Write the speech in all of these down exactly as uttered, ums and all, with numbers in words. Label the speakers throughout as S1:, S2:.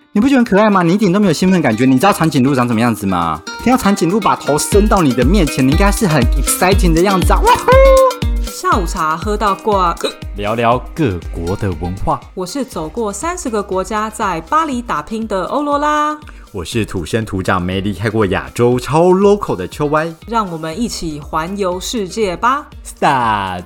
S1: 你不觉得很可爱吗？你一点都没有兴奋感觉。你知道长颈鹿长什么样子吗？听到长颈鹿把头伸到你的面前，你应该是很 exciting 的样子啊！哇呼！
S2: 下午茶喝到挂，
S1: 聊聊各国的文化。
S2: 我是走过三十个国家，在巴黎打拼的欧罗拉。
S1: 我是土生土长没离开过亚洲超 local 的秋歪。
S2: 让我们一起环游世界吧
S1: Start！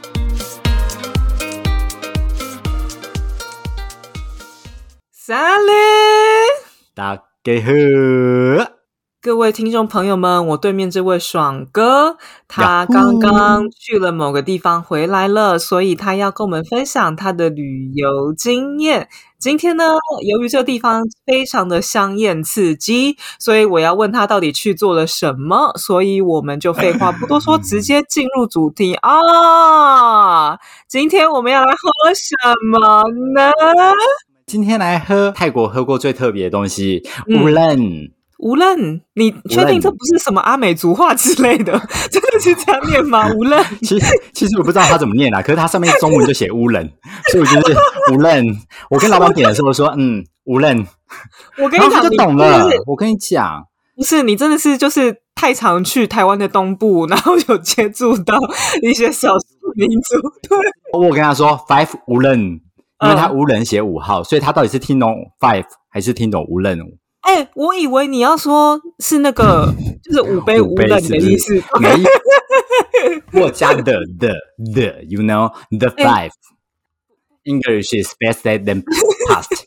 S2: Salut！
S1: 大家好，
S2: 各位听众朋友们，我对面这位爽哥，他刚刚去了某个地方回来了，所以他要跟我们分享他的旅游经验。今天呢，由于这个地方非常的香艳刺激，所以我要问他到底去做了什么，所以我们就废话不多说，直接进入主题啊！今天我们要来喝什么呢？
S1: 今天来喝泰国喝过最特别的东西，乌冷。
S2: 无论你确定这不是什么阿美族话之类的，真的是这样念吗？无论
S1: 其实其实我不知道它怎么念啦，可是它上面中文就写乌冷，所以我就是无论。我跟老板点的时候说，嗯，无论。
S2: 我跟你讲，
S1: 就懂了。我跟你讲，
S2: 不是你真的是就是太常去台湾的东部，然后有接触到一些少数民族。对，
S1: 我跟他说 five 无论，因为他无人写五号，所以他到底是听懂 five 还是听懂无论？
S2: 哎、欸，我以为你要说是那个，就是五杯无冷的意思。
S1: 没有，我加 the the the you know the five、欸、English is better than past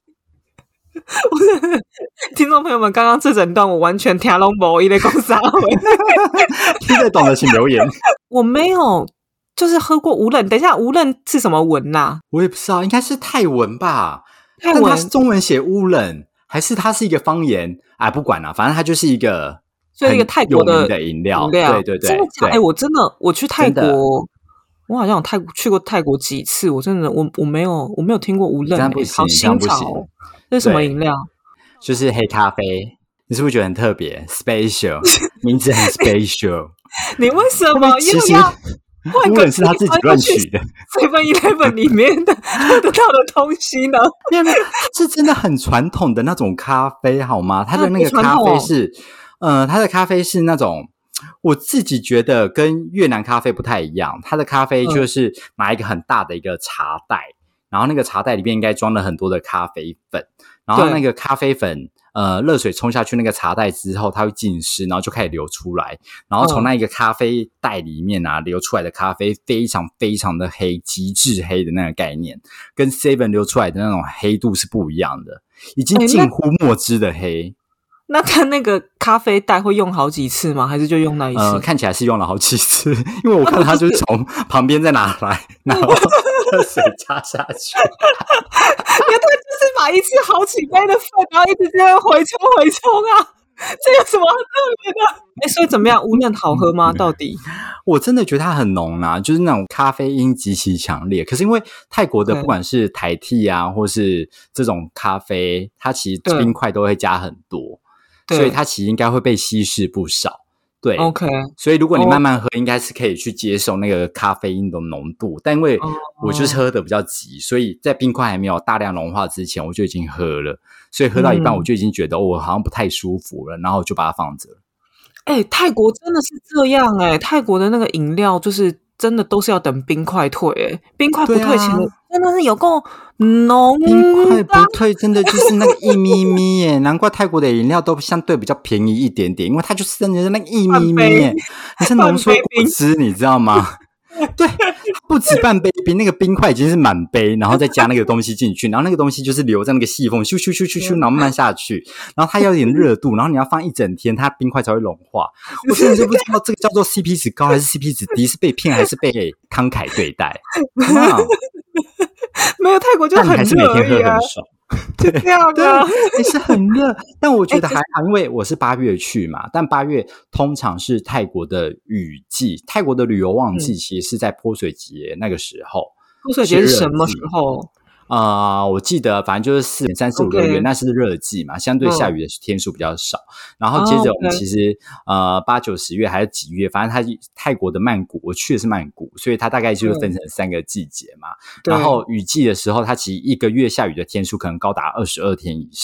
S2: 听众朋友们，刚刚这整段我完全听不懂他在说啥话
S1: 听得懂的请留言。
S2: 我没有就是喝过无冷，等一下无冷是什么文啊？
S1: 我也不知道，应该是泰文吧。
S2: 泰文，
S1: 但它是中文写乌冷，还是它是一个方言？哎，不管了，反正它就是一个
S2: 所以一个泰国的
S1: 的饮料。
S2: 对
S1: 对对
S2: 真的假的？哎、欸，我真的我去泰国，我好像有泰去过泰国几次，我真的我我没有我没有听过无冷、欸，好新潮哦！这是什么饮料？
S1: 就是黑咖啡。你是不是觉得很特别 ？Special， 名字很 special。
S2: 你为什么
S1: 其实
S2: 要换个
S1: 是他自己乱取的
S2: seven eleven 里面的喝得到的东西呢？
S1: 因为是真的很传统的那种咖啡，好吗？它的那个咖啡是，呃，它的咖啡是那种，我自己觉得跟越南咖啡不太一样。它的咖啡就是拿一个很大的一个茶袋，嗯、然后那个茶袋里面应该装了很多的咖啡粉，然后那个咖啡粉。呃，热水冲下去那个茶袋之后，它会浸湿，然后就开始流出来，然后从那一个咖啡袋里面啊、嗯、流出来的咖啡非常非常的黑，极致黑的那个概念，跟 seven 流出来的那种黑度是不一样的，已经近乎墨汁的黑。欸、
S2: 那它那个咖啡袋会用好几次吗？还是就用那一次？
S1: 呃，看起来是用了好几次，因为我看它就是从旁边再拿来，然后热水加下去。
S2: 因为他就是把一次好几杯的粉，然后一直这样回冲回冲啊，这有什么特别的？哎，所以怎么样？无论好喝吗？到底？
S1: 我真的觉得它很浓啊，就是那种咖啡因极其强烈。可是因为泰国的不管是台 tea 啊，或是这种咖啡，它其实冰块都会加很多，所以它其实应该会被稀释不少。对
S2: ，OK，
S1: 所以如果你慢慢喝，应该是可以去接受那个咖啡因的浓度。但因为我就是喝的比较急，所以在冰块还没有大量融化之前，我就已经喝了。所以喝到一半，我就已经觉得、嗯、哦，我好像不太舒服了，然后就把它放着了。
S2: 哎、欸，泰国真的是这样哎、欸，泰国的那个饮料就是真的都是要等冰块退哎、欸，冰块不退前、啊、真的是有够浓，
S1: 冰块不退真的就是那个一咪咪耶，难怪泰国的饮料都相对比较便宜一点点，因为它就是真的是那个一咪咪耶，你是浓缩果汁，你知道吗？对，不止半杯冰，那个冰块已经是满杯，然后再加那个东西进去，然后那个东西就是留在那个细缝，咻咻咻咻咻，然后慢慢下去，然后它要有点热度，然后你要放一整天，它冰块才会融化。我真的就不知道这个叫做 C P 值高还是 C P 值低，是被骗还是被慷慨对待？
S2: 没有，泰国就很热而已啊，
S1: 但你还是每天喝很爽。
S2: 对，这样的
S1: 也是很热，但我觉得还好，因为我是八月去嘛，但八月通常是泰国的雨季，泰国的旅游旺季其实是在泼水节那个时候。
S2: 泼水节是什么时候？
S1: 啊、呃，我记得反正就是四点三四五六月，那是热季嘛，相对下雨的天数比较少。嗯、然后接着我们其实、哦 okay、呃八九十月还是几月，反正它泰国的曼谷，我去的是曼谷，所以它大概就是分成三个季节嘛。然后雨季的时候，它其实一个月下雨的天数可能高达二十二天以上。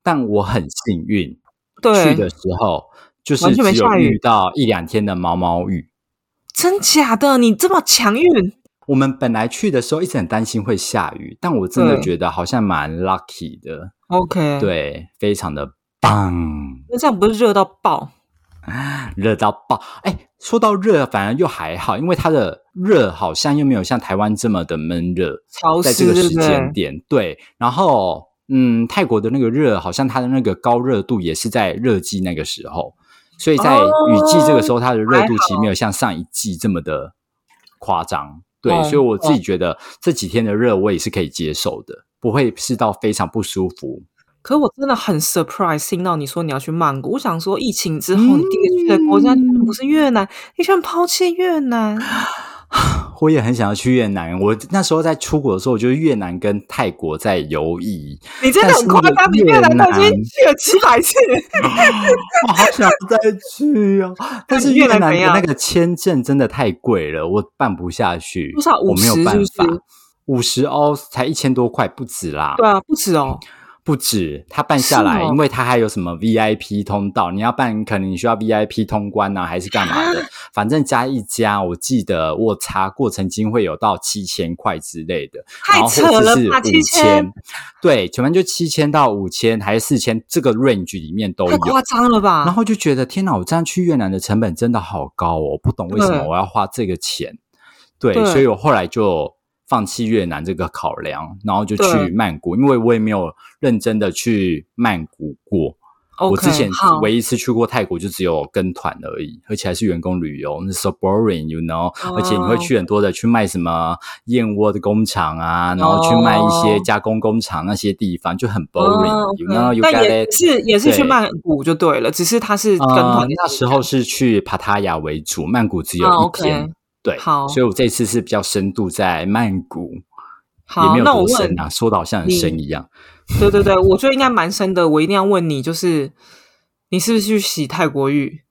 S1: 但我很幸运，
S2: 对，
S1: 去的时候就是只有遇到一两天的毛毛雨。
S2: 真假的？你这么强运？
S1: 我们本来去的时候一直很担心会下雨，但我真的觉得好像蛮 lucky 的。
S2: OK，
S1: 对，非常的棒。
S2: 那这样不是热到爆？
S1: 热到爆！哎，说到热，反而又还好，因为它的热好像又没有像台湾这么的闷热，
S2: 潮湿，
S1: 在这个时间点，对。然后，嗯，泰国的那个热，好像它的那个高热度也是在热季那个时候，所以在雨季这个时候，它的热度其实没有像上一季这么的夸张。对，哦、所以我自己觉得这几天的热我也是可以接受的，不会是到非常不舒服。
S2: 可我真的很 surprise 听到你说你要去曼谷，我想说疫情之后你第一个去的国家不是越南，你居然抛弃越南。
S1: 我也很想要去越南，我那时候在出国的时候，我觉得越南跟泰国在游移。
S2: 你真的很夸张，你越南都已经去了几百次，
S1: 我好想再去哦。但是越南的那个签证真的太贵了，我办不下去。
S2: 多少？
S1: 我没有办法，
S2: 是
S1: 五十欧才一千多块，不止啦。
S2: 对啊，不止哦。
S1: 不止，他办下来、哦、因为他还有什么 V I P 通道，你要办可能你需要 V I P 通关啊，还是干嘛的，反正加一加我记得我查过曾经会有到七千块之类的，
S2: 太扯了吧，
S1: 五千，对，全班就七千到五千还是四千，这个 range 里面都有，
S2: 太夸张了吧。
S1: 然后就觉得天哪，我这样去越南的成本真的好高哦，不懂为什么我要花这个钱。 对, 对，所以我后来就放弃越南这个考量，然后就去曼谷，因为我也没有认真的去曼谷过。Okay, 我之前唯一一次去过泰国就只有跟团而已，而且还是员工旅游，那 so boring you know、oh, 而且你会去很多的去卖什么燕窝的工厂啊，然后去卖一些加工工厂那些地方，就很 boring、oh, okay. you know you
S2: 但也是也是去曼谷就对了，只是他是跟团、呃、
S1: 那时候是去帕塔亚为主，曼谷只有一天、oh, okay.对，好，所以我这次是比较深度在曼谷，
S2: 好，
S1: 也没有多深啊，说的好像很深一样。
S2: 对对对，我觉得应该蛮深的。我一定要问你，就是你是不是去洗泰国浴？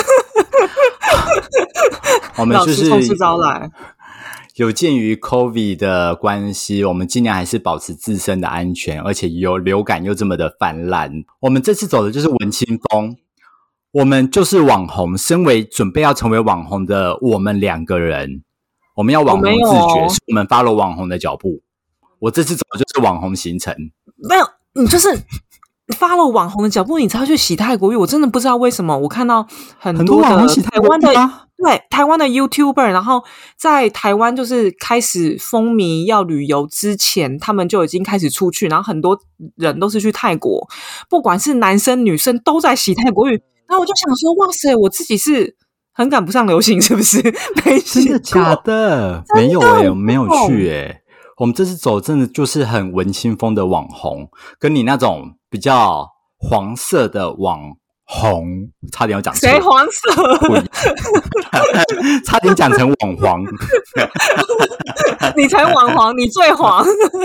S1: 我们就是
S2: 老师招来。
S1: 有鉴于 COVID 的关系，我们尽量还是保持自身的安全，而且有流感又这么的泛滥。我们这次走的就是文青风。我们就是网红，身为准备要成为网红的我们两个人，我们要网红自觉，我是我们 follow 网红的脚步。我这次走的就是网红行程。
S2: 没有，你就是 follow 网红的脚步，你才要去洗泰国浴。我真的不知道为什么，我看到很多的台湾的对台湾的 YouTuber， 然后在台湾就是开始风靡要旅游之前，他们就已经开始出去，然后很多人都是去泰国，不管是男生女生都在洗泰国浴。然后我就想说，哇塞，我自己是很赶不上流行，是不是？没
S1: 真的假的？没有诶、欸、我没有去诶、欸、我们这次走真的就是很文青风的网红，跟你那种比较黄色的网红，差点要讲错，
S2: 谁黄色？
S1: 不一样差点讲成网黄。
S2: 你才网黄，你最黄。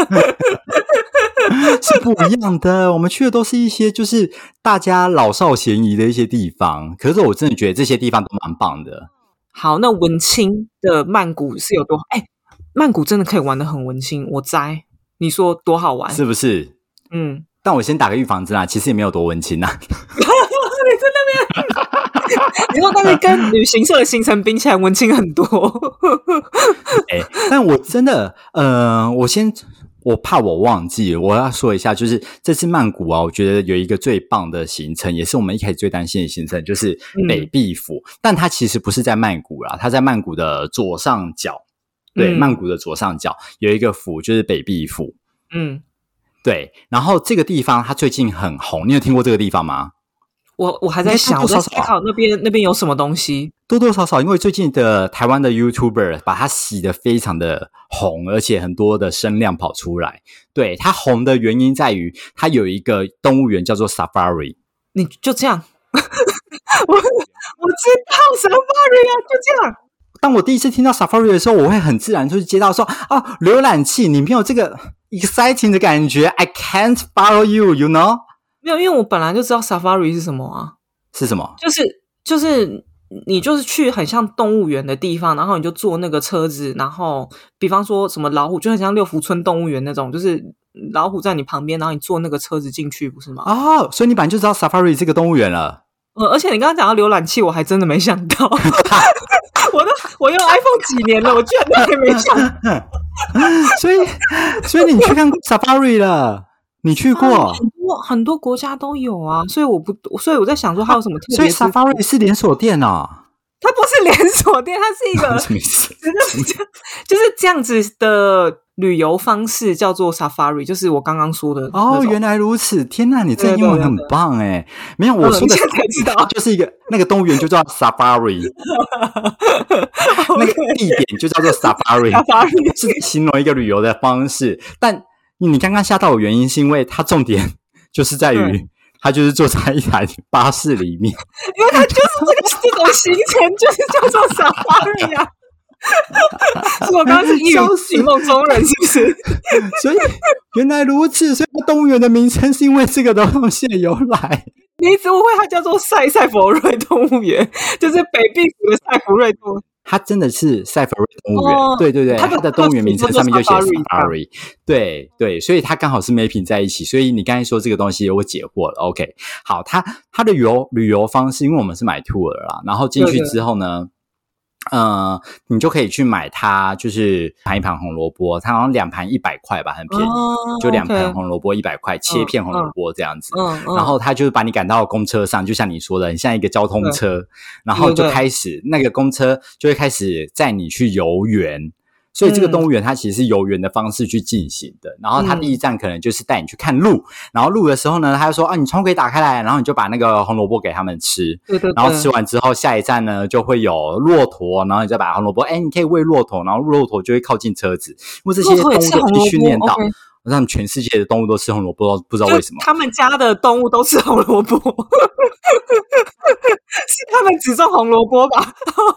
S1: 是不一样的，我们去的都是一些就是大家老少咸宜的一些地方，可是我真的觉得这些地方都蛮棒的。
S2: 好，那文青的曼谷是有多好？哎，曼谷真的可以玩得很文青，我猜你说多好玩
S1: 是不是？
S2: 嗯，
S1: 但我先打个预防针啊，其实也没有多文青啊。
S2: 你在那边你说但是跟旅行社的行程比起来文青很多。
S1: 欸、但我真的呃我先我怕我忘记了，我要说一下，就是这次曼谷啊，我觉得有一个最棒的行程，也是我们一开始最担心的行程，就是北碧府、嗯、但它其实不是在曼谷啦，它在曼谷的左上角，对、嗯、曼谷的左上角有一个府，就是北碧府。
S2: 嗯，
S1: 对，然后这个地方它最近很红，你有听过这个地方吗？
S2: 我我还在想，我在思考那边那边有什么东西。
S1: 多多少少，因为最近的台湾的 YouTuber 把它洗得非常的红，而且很多的声量跑出来。对，它红的原因在于它有一个动物园叫做 Safari。
S2: 你就这样，我我知道 Safari 啊，就这样。
S1: 当我第一次听到 Safari 的时候，我会很自然就是接到说啊，浏览器你没有这个 exciting 的感觉 ，I can't follow you, you know。
S2: 没有，因为我本来就知道 Safari 是什么啊。
S1: 是什么？
S2: 就是就是你就是去很像动物园的地方，然后你就坐那个车子，然后比方说什么老虎，就很像六福村动物园那种，就是老虎在你旁边，然后你坐那个车子进去，不是吗？
S1: 哦，所以你本来就知道 Safari 这个动物园了。
S2: 呃，而且你刚刚讲到浏览器，我还真的没想到。我都我用 iPhone 几年了，我居然都还没想到。
S1: 所以，所以你去看 Safari 了？你去过？
S2: 啊、很多很多国家都有啊，所以我不，所以我在想说，它有什么特别？
S1: 所以 Safari 是连锁店哦。
S2: 它不是连锁店，它是一个
S1: 什么意思？
S2: 就是这样子的旅游方式叫做 Safari， 就是我刚刚说的。
S1: 哦，原来如此！天哪，你这英文很棒哎！没有，我说的、
S2: 嗯、才知道，
S1: 就是一个那个动物园就叫 Safari， 那个地点就叫做 Safari， 是形容一个旅游的方式。但你刚刚吓到我原因是因为它重点就是在于。他就是坐在一台巴士里面，
S2: 因为他就是这个这种行程就是叫做 Safari 啊。是我刚刚是一语醒梦中人，是不是？
S1: 所以原来如此，所以动物园的名称是因为这个东西的由来。
S2: 你一直误会它叫做塞塞佛瑞动物园，就是北壁府的塞佛瑞动物园。
S1: 它真的是塞佛瑞动物园、哦、对对对，它的动物园名称上面就写 Safari， 对对，所以它刚好是 mapping 在一起，所以你刚才说这个东西我解惑了。 OK， 好，它它的旅游旅游方式，因为我们是买 tour 啦，然后进去之后呢，呃，你就可以去买它，就是盘一盘红萝卜，它好像两盘一百块吧，很便宜，哦、就两盘红萝卜一百块，切片红萝卜这样子。嗯嗯、然后它就是把你赶到公车上，就像你说的，很像一个交通车，然后就开始那个公车就会开始载你去游园。所以这个动物园它其实是游园的方式去进行的，然后它第一站可能就是带你去看鹿，然后鹿的时候呢，他就说啊，你窗户可以打开来，然后你就把那个红萝卜给他们吃，对对对，然后吃完之后下一站呢就会有骆驼，然后你再把红萝卜，哎，你可以喂骆驼，然后骆驼就会靠近车子，因为这些动物都被训练到，让全世界的动物都吃红萝卜，不知道为什么
S2: 他们家的动物都吃红萝卜。是他们只种红萝卜吧？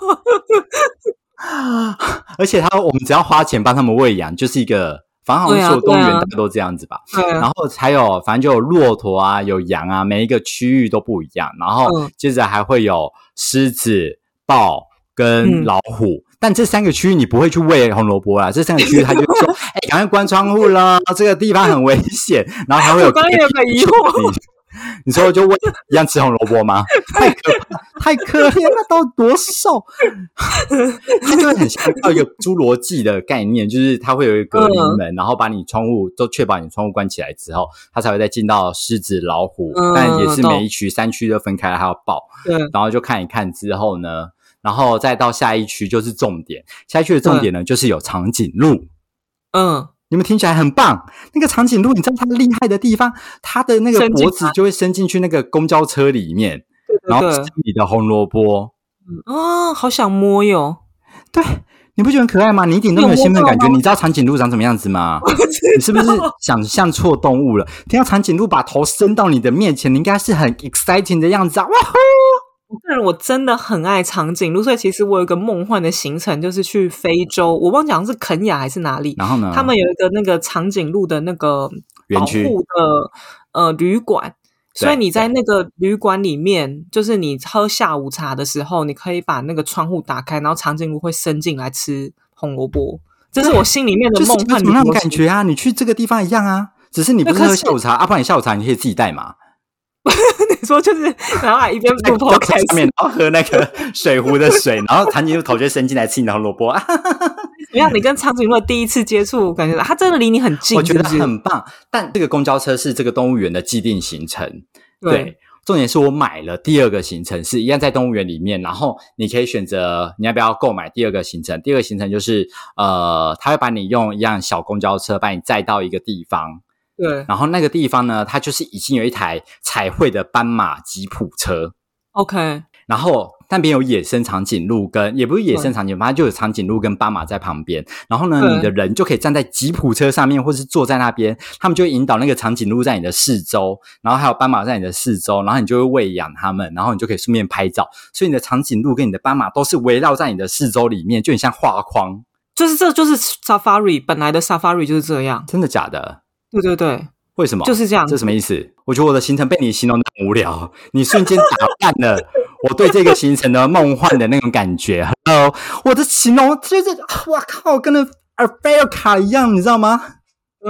S1: 而且他我们只要花钱帮他们喂养，就是一个反正好像所有动物园大概都这样子吧。对啊对啊，然后还有反正就有骆驼啊，有羊啊，每一个区域都不一样。然后接着还会有狮子、豹跟老虎，嗯、但这三个区域你不会去喂红萝卜啦。这三个区域他就说：“哎、欸，赶快关窗户了，这个地方很危险。”然后还会有。
S2: 我刚刚有个疑惑。
S1: 你说就喂一样吃红萝卜吗？太可怕，太可怜了，到底多瘦？它就会很像到一个侏罗纪的概念，就是它会有一个隔离门，嗯、然后把你窗户都确保你窗户关起来之后，它才会再进到狮子、老虎，嗯、但也是每一区三区都分开了，还有豹。然后就看一看之后呢，然后再到下一区就是重点，下一区的重点呢、嗯、就是有长颈鹿。嗯。你们听起来很棒，那个长颈鹿，你知道它厉害的地方，它的那个脖子就会伸进去那个公交车里面，对对对，然后吃你的红萝卜。
S2: 哦，好想摸哟！
S1: 对，你不觉得很可爱吗？你一点都没有兴奋感觉。你知道长颈鹿长什么样子吗？你是不是想象错动物了？听到长颈鹿把头伸到你的面前，你应该是很 exciting 的样子啊！哇呼！
S2: 我个人我真的很爱长颈鹿，所以其实我有一个梦幻的行程，就是去非洲，我忘记好像是肯亚还是哪里。
S1: 然后呢，
S2: 他们有一个那个长颈鹿的那个保护的呃旅馆，所以你在那个旅馆里面，就是你喝下午茶的时候，你可以把那个窗户打开，然后长颈鹿会伸进来吃红萝卜。这是我心里面的梦幻旅游，
S1: 就是那种感觉啊！你去这个地方一样啊，只是你不是喝下午茶啊，不然你下午茶你可以自己带嘛。
S2: 你说就是，然后还一边录 podcast
S1: 上面，然后喝那个水壶的水，然后长颈鹿头就伸进来吃你的红萝卜。
S2: 怎么样？你跟长颈鹿第一次接触，感觉它真的离你很近，
S1: 我觉得很棒。但这个公交车是这个动物园的既定行程，对。对，重点是我买了第二个行程，是一样在动物园里面，然后你可以选择你要不要购买第二个行程。第二个行程就是呃，他会把你用一样小公交车把你载到一个地方。对，然后那个地方呢，它就是已经有一台彩绘的斑马吉普车
S2: ，OK，
S1: 然后那边有野生长颈鹿跟也不是野生长颈鹿，它就有长颈鹿跟斑马在旁边，然后呢，你的人就可以站在吉普车上面，或是坐在那边，他们就会引导那个长颈鹿在你的四周，然后还有斑马在你的四周，然后你就会喂养它们，然后你就可以顺便拍照，所以你的长颈鹿跟你的斑马都是围绕在你的四周里面，就很像画框，
S2: 就是这就是 Safari 本来的 Safari 就是这样，
S1: 真的假的？
S2: 对对对，
S1: 为什么？
S2: 就是这样。
S1: 这什么意思？我觉得我的行程被你形容的很无聊，你瞬间打断了我对这个行程的梦幻的那种感觉。Hello， 我的形容就是，哇靠，跟那 Africa 一样，你知道吗？
S2: 嗯，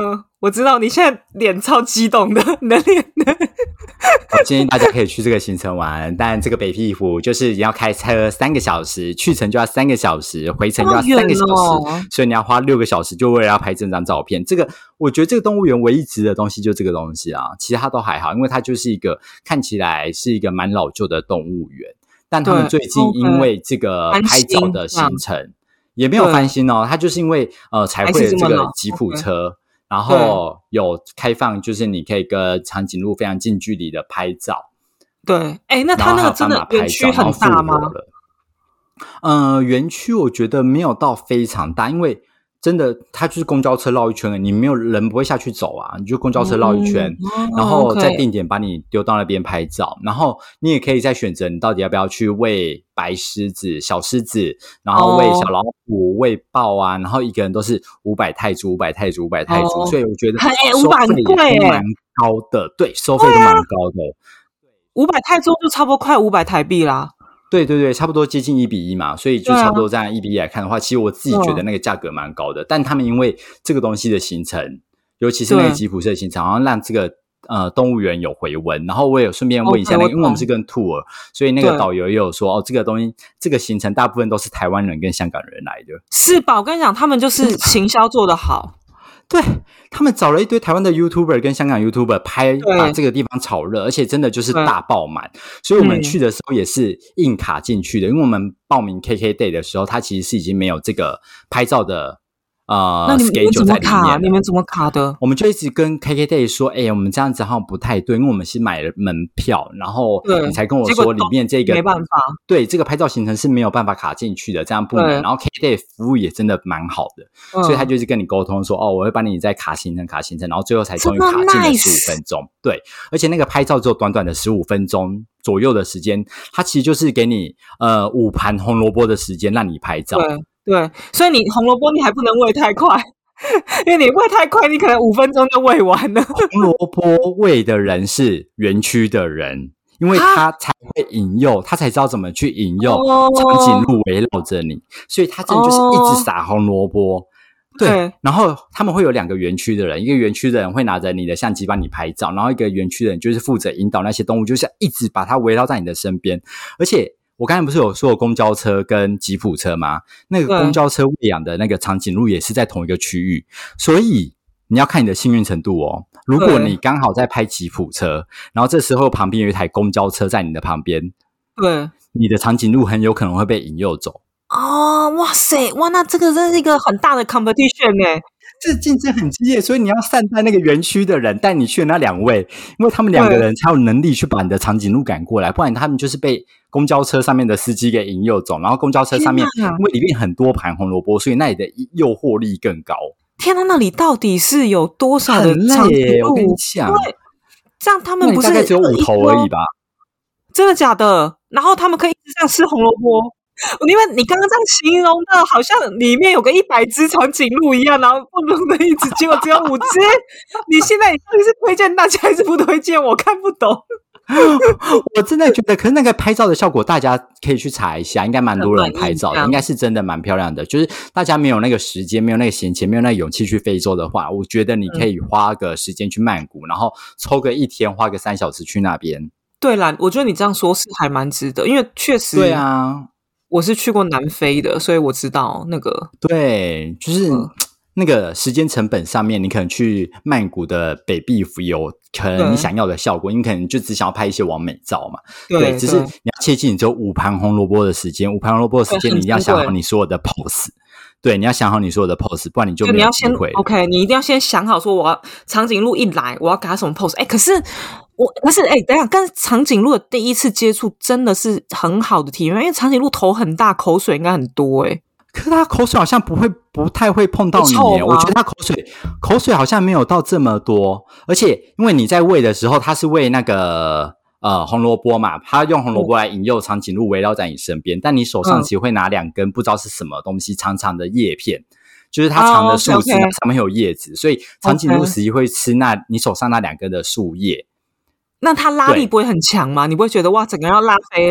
S2: 我知道你现在脸超激动的，你的脸
S1: 我建议大家可以去这个行程玩，但这个北碧湖就是要开车三个小时，去程就要三个小时，回程就要三个小时，
S2: 哦，
S1: 所以你要花六个小时，就为了要拍这张照片。这个我觉得这个动物园唯一值的东西就这个东西啊，其他都还好，因为它就是一个看起来是一个蛮老旧的动物园，但他们最近因为这个拍照的行程也没有翻新哦，它就是因为呃彩绘的这个吉普车。然后有开放，就是你可以跟长颈鹿非常近距离的拍照。
S2: 对，哎，那它那个真的园区很大吗？
S1: 呃，园区我觉得没有到非常大，因为真的它就是公交车绕一圈，你没有人不会下去走啊，你就公交车绕一圈，嗯、然后再定点把你丢到那边拍照，然后你也可以再选择你到底要不要去喂白狮子、小狮子，然后喂小老虎、喂豹啊，然后一个人都是五百泰铢、五百泰铢、五百泰铢，哦、所以我觉得收费也蛮高的，对，收费都蛮高的，
S2: 五百泰铢就差不多快五百台币啦。
S1: 对对对，差不多接近一比一嘛，所以就差不多这样一比一来看的话，其实我自己觉得那个价格蛮高的，嗯、但他们因为这个东西的形成，尤其是那个吉普车的形成，好像让这个呃动物园有回温。然后我也有顺便问一下那个，
S2: okay,
S1: 因为我们是跟 tour， 所以那个导游也有说哦，这个东西这个行程大部分都是台湾人跟香港人来的。
S2: 是吧？我跟你讲，他们就是行销做得好。
S1: 对，他们找了一堆台湾的 YouTuber 跟香港 YouTuber 拍，把这个地方炒热，而且真的就是大爆满，所以我们去的时候也是硬卡进去的，因为我们报名 K K Day 的时候，它其实是已经没有这个拍照的呃
S2: 那你们
S1: schedule 在里面。
S2: 你们怎么卡的？
S1: 我们就一直跟 K K Day 说，哎、欸，我们这样子好像不太对，因为我们是买了门票，然后你才跟我说里面这个
S2: 没办法，
S1: 对，这个拍照行程是没有办法卡进去的，这样不能。然后 K K Day 服务也真的蛮好的，嗯、所以他就是跟你沟通说，哦，我会帮你再卡行程卡行程，然后最后才终于卡进了十五分钟。Nice 对，而且那个拍照只有短短的十五分钟左右的时间，它其实就是给你呃五盘红萝卜的时间让你拍照。
S2: 对对，所以你红萝卜你还不能喂太快。因为你喂太快，你可能五分钟就喂完了。
S1: 红萝卜喂的人是园区的人，因为他才会引诱，他才知道怎么去引诱长颈鹿围绕着你，所以他真的就是一直撒红萝卜。对，对，然后他们会有两个园区的人，一个园区的人会拿着你的相机帮你拍照，然后一个园区的人就是负责引导那些动物，就是一直把它围绕在你的身边，而且。我刚才不是有说有公交车跟吉普车吗？那个公交车喂养的那个长颈鹿也是在同一个区域，所以你要看你的幸运程度哦。如果你刚好在拍吉普车，然后这时候旁边有一台公交车在你的旁边，
S2: 对，
S1: 你的长颈鹿很有可能会被引诱走。
S2: 哦，哇塞，哇，那这个真是一个很大的 competition 耶。
S1: 这竞争很激烈，所以你要善待那个园区的人，带你去的那两位，因为他们两个人才有能力去把你的长颈鹿赶过来，不然他们就是被公交车上面的司机给引诱走，然后公交车上面因为里面很多盘红萝卜，所以那里的诱惑力更高。
S2: 天哪，那里到底是有多少的
S1: 长颈鹿？我跟你讲，
S2: 这样他们不是
S1: 大概只有五头而已吧？
S2: 真的假的？然后他们可以一直这样吃红萝卜？因为你刚刚这样形容的好像里面有个一百只长颈鹿一样，然后不能的一只，结果只有五只。你现在到底是推荐大家还是不推荐？我看不懂。
S1: 我真的觉得，可是那个拍照的效果，大家可以去查一下，应该蛮多人拍照的，应该是真的蛮漂亮的。就是大家没有那个时间，没有那个闲钱，没有那个勇气去非洲的话，我觉得你可以花个时间去曼谷，然后抽个一天，花个三小时去那边。
S2: 对啦，我觉得你这样说是还蛮值得，因为确实，
S1: 对啊。
S2: 我是去过南非的，所以我知道那个
S1: 对，就是那个时间成本上面，你可能去曼谷的北碧湖有可能你想要的效果，你可能就只想要拍一些完美照嘛。对，对只是你要切记，你只有五盘红萝卜的时间，五盘红萝卜的时间，你一定要想好你所有的 pose。对，你要想好你所有的 pose， 不然你就没有机会。
S2: OK， 你一定要先想好，说我要长颈鹿一来，我要给他什么 pose。哎，可是我，可是哎，等一下，跟长颈鹿的第一次接触真的是很好的体验，因为长颈鹿头很大，口水应该很多哎。
S1: 可是它口水好像不会，不太会碰到你耶。我觉得它口水，口水好像没有到这么多，而且因为你在喂的时候，它是喂那个。呃，红萝卜嘛，它用红萝卜来引诱长颈鹿围绕在你身边，嗯、但你手上其实会拿两根不知道是什么东西，长长的叶片，就是它长的树枝、oh, okay. 上面有叶子，所以长颈鹿实际会吃那你手上那两根的树叶。
S2: 那它拉力不会很强吗？你不会觉得哇，整个要拉飞了？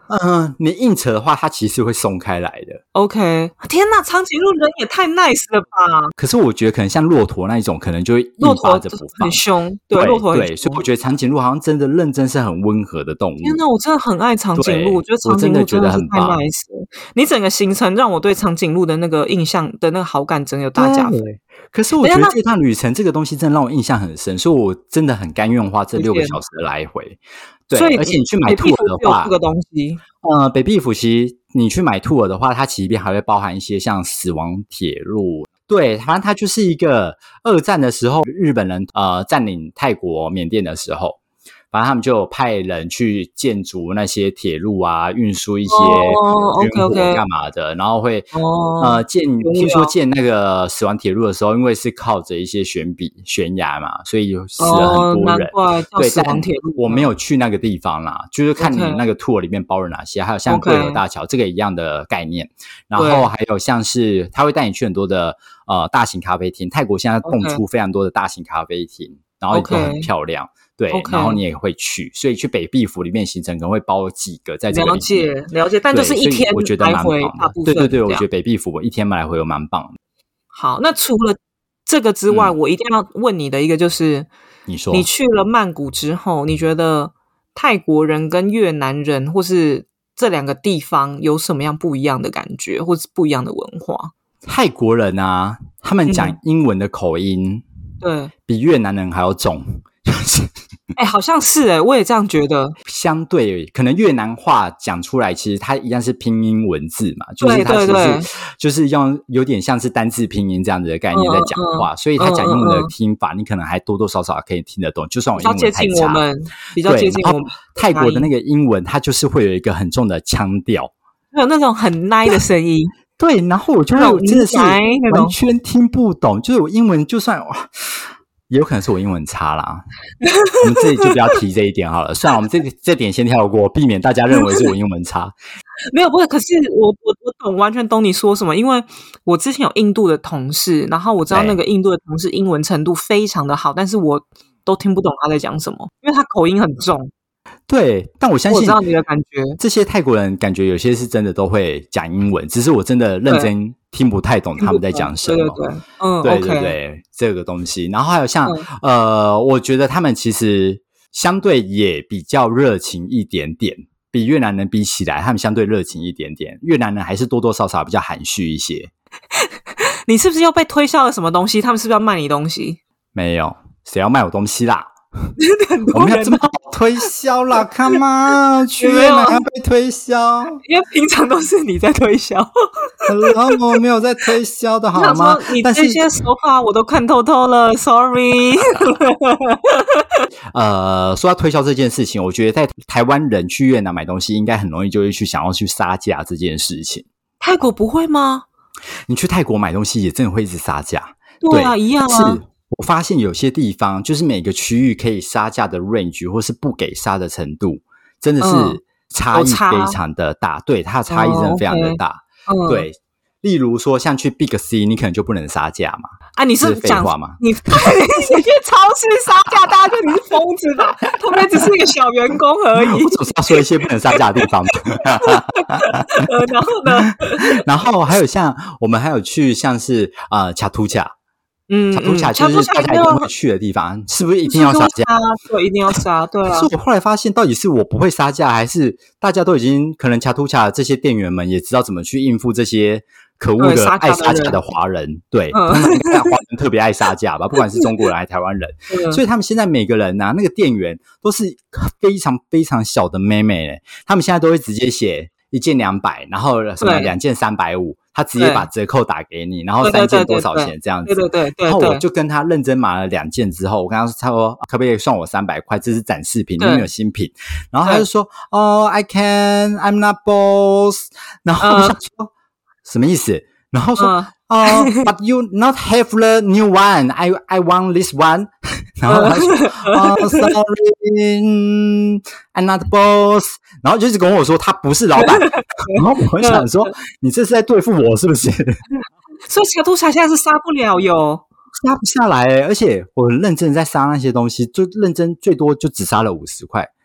S1: 嗯，你硬扯的话，它其实会松开来的。
S2: OK， 天哪，长颈鹿人也太 nice 了吧！
S1: 可是我觉得可能像骆驼那一种，可能就会硬扒着不放，
S2: 很凶。对，骆驼很凶。
S1: 对，所以我觉得长颈鹿好像真的认真是很温和的动物。
S2: 天哪，我真的很爱长颈鹿，我觉得长颈鹿真的是太 nice 了。你整个行程让我对长颈鹿的那个印象的那个好感真的有大加分。
S1: 可是我觉得这趟旅程这个东西真的让我印象很深，所以我真的很甘愿花这六个小时的来回。对，而且你去买 tour 的话，
S2: 这个东西，
S1: 呃，北碧府其实你去买 tour 的话，它其实里面还会包含一些像死亡铁路。对，反正它就是一个二战的时候，日本人呃占领泰国、缅甸的时候，反正他们就派人去建筑那些铁路啊，运输一些军火干嘛的， oh, okay, okay. 然后会、oh, 呃建，听说建那个死亡铁路的时候，因为是靠着一些悬壁悬崖嘛，所以死了很多人。
S2: Oh,
S1: 对，但我没有去那个地方啦，就是看你那个 tour 里面包了哪些， okay. 还有像桂河大桥这个一样的概念，然后还有像是他会带你去很多的呃大型咖啡厅，泰国现在动出非常多的大型咖啡厅，然后都很漂亮。Okay.对， okay. 然后你也会去，所以去北碧府里面行程可能会包几个在这个里面。
S2: 了解了解，但就是一天
S1: 我觉得蛮棒的。对对对，我觉得北碧府我一天来回有蛮棒的。
S2: 好，那除了这个之外、嗯、我一定要问你的一个就是
S1: 你说
S2: 你去了曼谷之后，你觉得泰国人跟越南人或是这两个地方有什么样不一样的感觉，或是不一样的文化？
S1: 泰国人啊，他们讲英文的口音、
S2: 嗯、对，
S1: 比越南人还要重。
S2: 哎、欸，好像是哎、欸，我也这样觉得。
S1: 相对可能越南话讲出来，其实它一样是拼音文字嘛，就是它其实
S2: 对对对
S1: 就是用有点像是单字拼音这样子的概念在讲话，嗯嗯、所以他讲英文的听法、嗯嗯，你可能还多多少少可以听得懂，就算我英文太差，
S2: 比较接近我们，比较接近我们。
S1: 泰国的那个英文，它就是会有一个很重的腔调，
S2: 有那种很奶的声音。
S1: 对，然后我就真的是完全听不懂，就是我英文就算哇。也有可能是我英文差啦，我们这里就不要提这一点好了。算了，我们这这点先跳过，避免大家认为是我英文差。
S2: 没有，不是，可是我我我懂，完全懂你说什么。因为我之前有印度的同事，然后我知道那个印度的同事英文程度非常的好，但是我都听不懂他在讲什么，因为他口音很重。
S1: 对，但我相信
S2: 我知道你的感觉，
S1: 这些泰国人感觉有些是真的都会讲英文，只是我真的认真听不太懂他们在讲什么。
S2: 对对对，嗯，
S1: 对对对， okay. 这个东西。然后还有像、嗯、呃，我觉得他们其实相对也比较热情一点点，比越南人比起来，他们相对热情一点点。越南人还是多多少少比较含蓄一些。
S2: 你是不是又被推销了什么东西？他们是不是要卖你东西？
S1: 没有，谁要卖我东西啦？我们要这么好推销啦？Come on， 去越南要被推销，
S2: 因为平常都是你在推销。
S1: Hello， 我没有在推销的好吗？
S2: 你这些手法我都看透透了 ，Sorry 。
S1: 呃，说到推销这件事情，我觉得在台湾人去越南买东西，应该很容易就会去想要去杀价这件事情。
S2: 泰国不会吗？
S1: 你去泰国买东西也真的会一直杀价。
S2: 对啊，一样啊。
S1: 是我发现有些地方就是每个区域可以杀价的 range 或是不给杀的程度真的是差异非常的大、嗯、对，它的差异真的非常的大、哦 okay 嗯、对，例如说像去 Big C 你可能就不能杀价嘛。
S2: 啊，你是
S1: 废话吗？
S2: 你你去超市杀价，大家觉得你是疯子吧？他们只是一个小员工而已。
S1: 我总是要说一些不能杀价的地方
S2: 呃，然后呢？
S1: 然后还有像我们还有去像是呃卡图卡。
S2: 嗯，
S1: 卡图卡就是大家一定会去的地方，是不是一定要杀价？
S2: 对，一定要杀，对啊。
S1: 可是我后来发现，到底是我不会杀价，还是大家都已经可能卡图卡这些店员们也知道怎么去应付这些可恶的爱杀价的华人？对，嗯、他们应该华人特别爱杀价吧，不管是中国人还是台湾人、嗯，所以他们现在每个人啊，那个店员都是非常非常小的妹妹嘞，他们现在都会直接写一件两百，然后什么两件三百五。他直接把折扣打给你，然后三件多少钱这样子。
S2: 对对 对, 对, 对, 对, 对。
S1: 然后我就跟他认真买了两件之后，我跟他说可不可以算我三百块，这是展示品，里面有新品。然后他就说哦 I can I'm not boss。然后我想说、uh, 什么意思？然后说哦、uh, uh, but you not have the new one I I want this one。然后他说哦、uh, sorry I'm not boss。然后就一直跟我说他不是老板。然后我想说你这是在对付我是不是？
S2: 所以卡图卡现在是杀不了哟，
S1: 杀不下来、欸、而且我很认真在杀那些东西，就认真最多就只杀了五十块，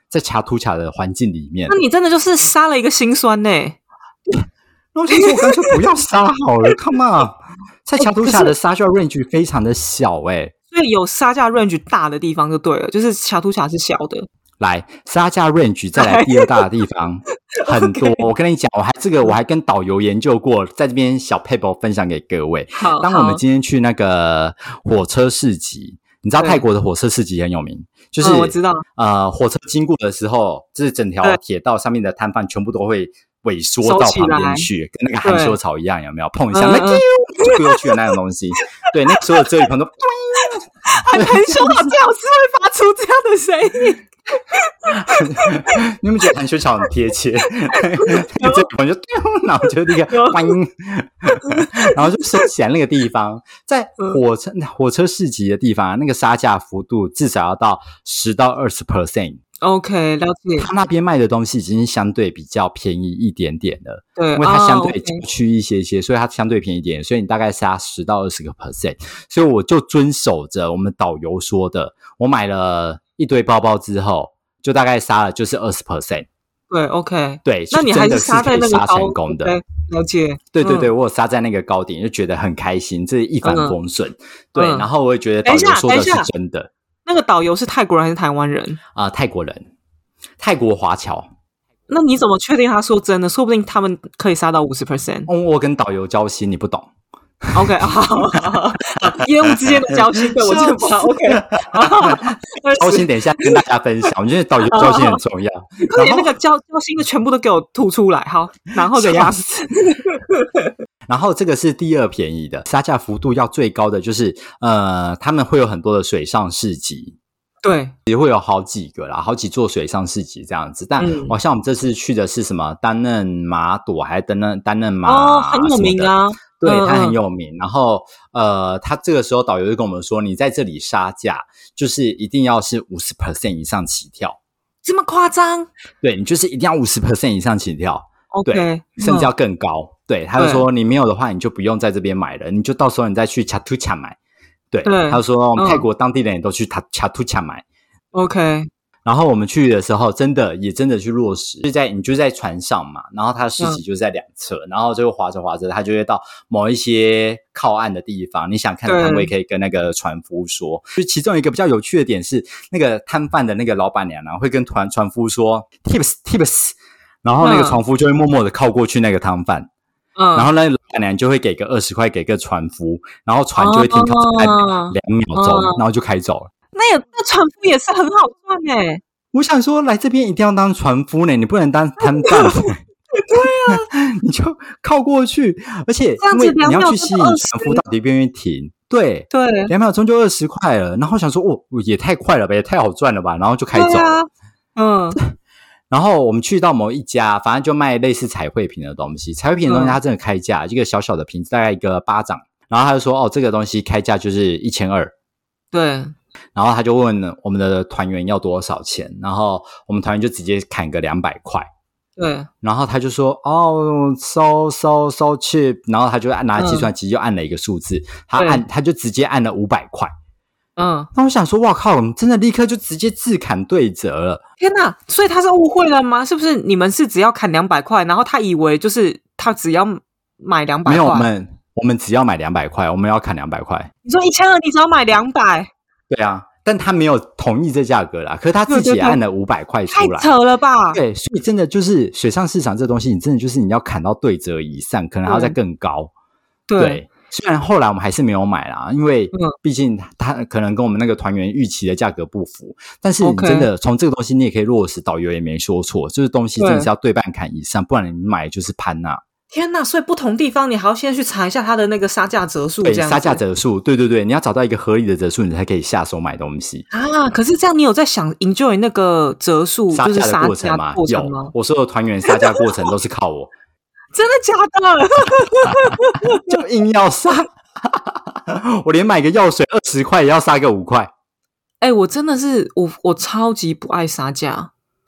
S1: 在卡图卡的环境里面。
S2: 那你真的就是杀了一个心酸呢。
S1: 那我想说，我干脆不要杀好了，Come on， 在卡图卡的杀价 range 非常的小哎、欸，
S2: 所以有杀价 range 大的地方就对了，就是卡图卡是小的。
S1: 来，杀价 range 再来第二大的地方很多。我跟你讲，我还这个我还跟导游研究过，在这边小 paper 分享给各位。
S2: 好，
S1: 当我们今天去那个火车市集，你知道泰国的火车市集很有名，就是、
S2: 嗯、我知道，
S1: 呃，火车经过的时候，就是整条铁道上面的摊贩全部都会萎缩到旁边去，跟那个含羞草一样，有没有？碰一下，那丢就丢去的那种东西。对，那所有遮雨棚都
S2: 含羞草最好是会发出这样的声音。
S1: 你有没有觉得含羞草很贴切？那个遮雨棚就丢，然后就那个然后就收起来那个地方，在火车火车市集的地方，那个杀价幅度至少要到十到二十 percent。OK，
S2: 了解。
S1: 他那边卖的东西已经相对比较便宜一点点了，
S2: 对，
S1: 因为它相对
S2: 郊
S1: 区一些些，所以它相对便宜一点，所以你大概杀十到二十个 percent。所以我就遵守着我们导游说的，我买了一堆包包之后，就大概杀了就是二十 percent。
S2: 对 ，OK，
S1: 对，
S2: 那你还是杀在那个
S1: 杀成功的，
S2: 了解。
S1: 对对对，嗯、我有杀在那个高点，就觉得很开心，这一帆风顺。嗯、对、嗯，然后我也觉得导游说的是真的。
S2: 那个导游是泰国人还是台湾人
S1: 啊、呃？泰国人，泰国华侨。
S2: 那你怎么确定他说真的？说不定他们可以杀到 百分之五十。
S1: 嗯，我跟导游交心，你不懂。
S2: OK， 好好好，业务之间的交心，对我记得不好。OK，
S1: 交心，等一下跟大家分享。我觉得导游交心很重要。
S2: 快点，那个交交心的全部都给我吐出来，好，然后给压死。
S1: 然后这个是第二便宜的，杀价幅度要最高的就是呃，他们会有很多的水上市集。
S2: 对，
S1: 也会有好几个啦，好几座水上市集这样子。但好、嗯、像我们这次去的是什么丹嫩马朵，还是丹嫩丹嫩马？
S2: 哦，很有名啊。
S1: 对，它很有名。嗯、然后呃，他这个时候导游就跟我们说，你在这里杀价，就是一定要是 百分之五十 以上起跳。
S2: 这么夸张？
S1: 对，你就是一定要 百分之五十 以上起跳。
S2: OK，
S1: 对，甚至要更高。嗯、对，他就说你没有的话，你就不用在这边买了，你就到时候你再去卡图卡买。对，
S2: 对，
S1: 他说我们泰国当地人也都去卡图卡买。
S2: OK，
S1: 然后我们去的时候，真的也真的去落实，就在你就在船上嘛，然后它的市集就在两侧，嗯、然后就划着划着，它就会到某一些靠岸的地方，你想看的摊位可以跟那个船夫说。就其中一个比较有趣的点是，那个摊贩的那个老板娘啊，会跟船船夫说 tips tips， 然后那个船夫就会默默的靠过去那个摊贩。嗯，然后那老板娘就会给个二十块给个船夫，然后船就会停靠在两秒钟，哦、然后就开走了。
S2: 那也那船夫也是很好赚诶。
S1: 我想说，来这边一定要当船夫呢，你不能当摊贩。
S2: 对啊，
S1: 你就靠过去，而且因为你要去吸引船夫到底愿意停，对
S2: 对，
S1: 两秒钟就二十块了。然后想说，哦，也太快了吧，也太好赚了吧，然后就开走了。
S2: 啊、嗯。
S1: 然后我们去到某一家，反正就卖类似彩绘品的东西。彩绘品的东西它真的开价，一个小小的瓶子大概一个巴掌，然后他就说，哦，这个东西开价就是一千二。
S2: 对。
S1: 然后他就问我们的团员要多少钱，然后我们团员就直接砍个两百块。
S2: 对。然
S1: 后他就说，哦 ，so so so cheap， 然后他就按拿计算机就按了一个数字，嗯、他按他就直接按了五百块。
S2: 嗯，
S1: 那我想说，哇靠，我们真的立刻就直接自砍对折了。
S2: 天哪！所以他是误会了吗？是不是你们是只要砍两百块，然后他以为就是他只要买两百块？
S1: 没有，我们我们只要买两百块，我们要砍两百块。
S2: 你说一千二，你只要买两百？
S1: 对啊，但他没有同意这价格啦，可是他自己也按了五百块出来，
S2: 太扯了吧？
S1: 对，所以真的就是水上市场这东西，你真的就是你要砍到对折以上，可能还要再更高。
S2: 对。
S1: 对，虽然后来我们还是没有买啦，因为毕竟它可能跟我们那个团员预期的价格不符，但是你真的从这个东西你也可以落实，导游也没说错，就是东西真的是要对半砍以上，不然你买就是攀呐。
S2: 天哪！所以不同地方你还要先去查一下它的那个杀价折数，
S1: 对，
S2: 这样子
S1: 杀价折数，对对对，你要找到一个合理的折数，你才可以下手买东西
S2: 啊。可是这样你有在想 enjoy 那个折数
S1: 杀
S2: 价
S1: 的过程吗？有，我所有团员杀价过程都是靠我。
S2: 真的假
S1: 的？就硬要杀。我连买个药水二十块也要杀个五块。
S2: 哎、欸，我真的是我我超级不爱杀价，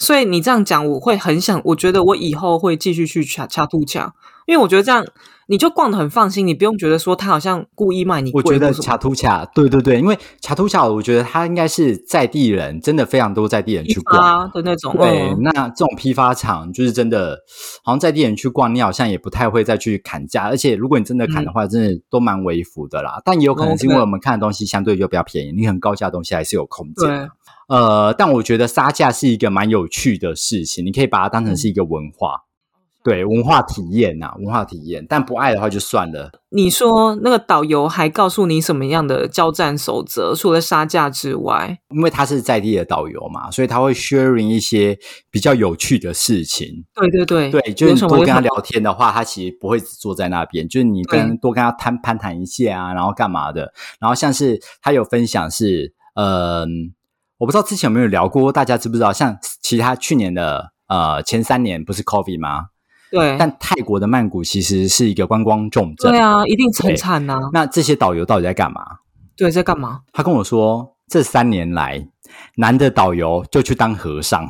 S2: 所以你这样讲，我会很想，我觉得我以后会继续去恰恰图恰，因为我觉得这样你就逛得很放心，你不用觉得说他好像故意卖你贵。
S1: 我觉得恰图恰，对对对，因为恰图恰，我觉得他应该是在地人，真的非常多在地人去逛
S2: 的那种。
S1: 对，
S2: 嗯、
S1: 那这种批发厂就是真的，好像在地人去逛，你好像也不太会再去砍价，而且如果你真的砍的话，嗯、真的都蛮微幅的啦。但也有可能是因为我们看的东西相对就比较便宜，你很高价的东西还是有空间。
S2: 对。
S1: 呃，但我觉得杀价是一个蛮有趣的事情，你可以把它当成是一个文化，嗯、对，文化体验啊，文化体验。但不爱的话就算了。
S2: 你说那个导游还告诉你什么样的交战守则？除了杀价之外，
S1: 因为他是在地的导游嘛，所以他会 sharing 一些比较有趣的事情。
S2: 对对对，
S1: 对，就是多跟他聊天的话，他其实不会只坐在那边，就是你跟多跟他谈攀谈一下啊，然后干嘛的。然后像是他有分享是，呃。我不知道之前有没有聊过，大家知不知道？像其他去年的呃前三年不是 COVID 吗？
S2: 对。
S1: 但泰国的曼谷其实是一个观光重镇。
S2: 对啊，一定很惨啊。
S1: 那这些导游到底在干嘛？
S2: 对，在干嘛？
S1: 他跟我说，这三年来，男的导游就去当和尚。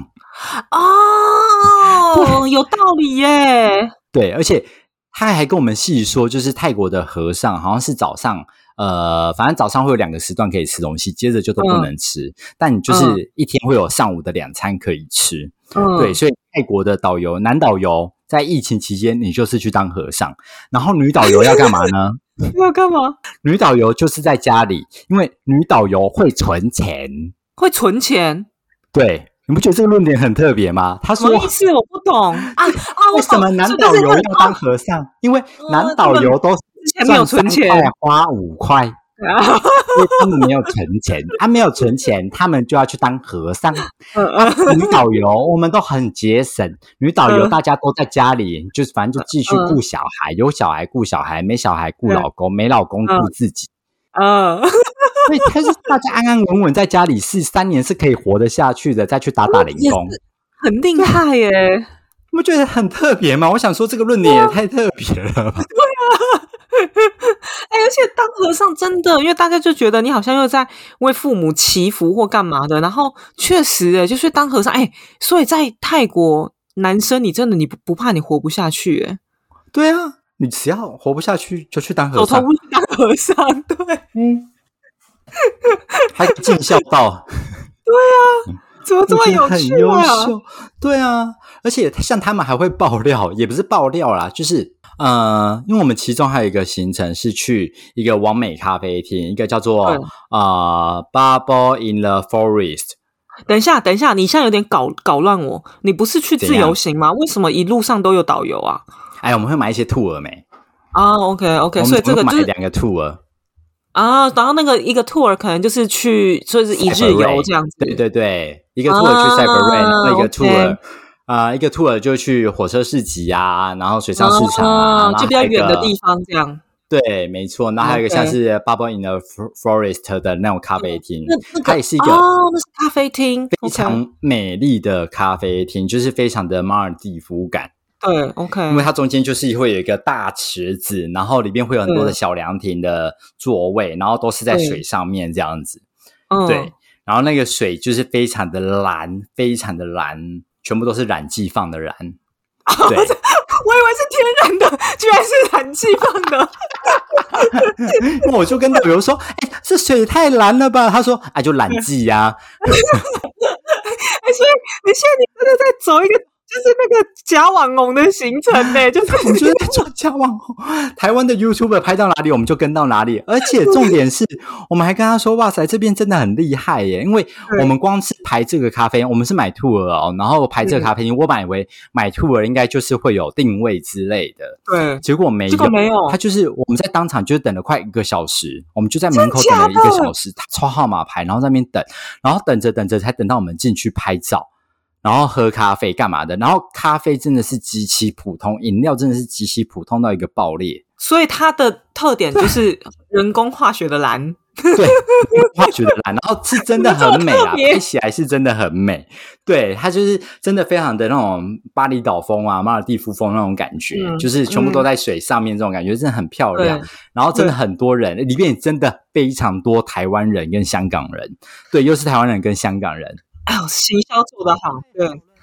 S2: 哦，有道理耶。
S1: 对，而且他还跟我们细说，就是泰国的和尚好像是早上。呃，反正早上会有两个时段可以吃东西，接着就都不能吃。嗯、但你就是一天会有上午的两餐可以吃。嗯，对，所以泰国的导游，男导游在疫情期间，你就是去当和尚，然后女导游要干嘛呢？
S2: 要干嘛？
S1: 女导游就是在家里，因为女导游会存钱，
S2: 会存钱。
S1: 对，你不觉得这个论点很特别吗？他说：“
S2: 什么意思？我不懂啊啊！
S1: 为什么男导游要当和尚？因为男导游都是。”
S2: 之前没有存钱，
S1: 花五块，因为他们没有存钱，他、啊、没有存钱，他们就要去当和尚。啊、女导游我们都很节省，女导游大家都在家里，就是反正就继续顾小孩，有小孩顾小孩，没小孩顾老公，没老公顾自己。嗯，所以他是大家安安稳稳在家里，是三年是可以活得下去的，再去打打零工，
S2: 很厉害耶！
S1: 你不觉得很特别吗？我想说这个论点也太特别了吧？对
S2: 啊。哎、欸，而且当和尚真的，因为大家就觉得你好像又在为父母祈福或干嘛的，然后确实哎，就是当和尚哎、欸，所以在泰国男生你真的你不不怕你活不下去哎？
S1: 对啊，你只要活不下去就去当和尚，
S2: 走投无路当和尚，对，
S1: 嗯，还尽孝道，
S2: 对啊。怎么这么有趣啊？
S1: 很优秀，对啊，而且像他们还会爆料，也不是爆料啦，就是呃，因为我们其中还有一个行程是去一个网美咖啡厅，一个叫做啊、呃、Bubble in the Forest。
S2: 等一下，等一下，你现在有点搞搞乱我，你不是去自由行吗？为什么一路上都有导游啊？
S1: 哎，我们会买一些 tour 没？
S2: 啊 ，OK OK， 所以这个就是
S1: 买两个 tour。
S2: 啊，然后那个一个 tour 可能就是去，就是一日游这样子。
S1: 对对对，一个 tour 去塞伯瑞，然后一个 tour 啊、呃，一个 tour 就去火车市集啊，然后水上市场啊，
S2: 啊就比较远的地方这样。
S1: 对，没错。然后还有一个像是 Bubble in the Forest 的那种咖啡厅，
S2: 那那个
S1: 它也是一个
S2: 哦，那是咖啡厅，
S1: 非常美丽的咖啡厅，就是非常的马尔地夫感。
S2: 对 ，OK，
S1: 因为它中间就是会有一个大池子，然后里面会有很多的小凉亭的座位，然后都是在水上面这样子。
S2: 嗯、
S1: 对，然后那个水就是非常的蓝，非常的蓝，全部都是染剂放的蓝。对，
S2: 我以为是天然的，居然是染剂放的。
S1: 那我就跟导游说：“哎、欸，这水太蓝了吧？”他说：“啊，就染剂呀。”
S2: 哎，所以你现在你真的在走一个。就是那个假网红的行程呢，就是
S1: 我们就是在做假网红。台湾的 YouTuber 拍到哪里，我们就跟到哪里。而且重点是，我们还跟他说：“哇塞，这边真的很厉害耶！”因为我们光是排这个咖啡，我们是买 tour 哦，然后排这个咖啡厅，我本来以为买 tour 应该就是会有定位之类的，
S2: 对，
S1: 结果没有，
S2: 结果没有。
S1: 他就是我们在当场就等了快一个小时，我们就在门口等了一个小时，他抽号码牌，然后在那边等，然后等着等着才等到我们进去拍照。然后喝咖啡干嘛的？然后咖啡真的是极其普通，饮料真的是极其普通到一个爆裂。
S2: 所以它的特点就是人工化学的蓝，
S1: 对，人工化学的蓝，然后是真的很美啊，拍起来是真的很美。对，它就是真的非常的那种巴厘岛风啊、马尔地夫风那种感觉，嗯、就是全部都在水上面这种感觉，真的很漂亮。然后真的很多人，里面真的非常多台湾人跟香港人，对，又是台湾人跟香港人。
S2: 哎呦，行销做得好，对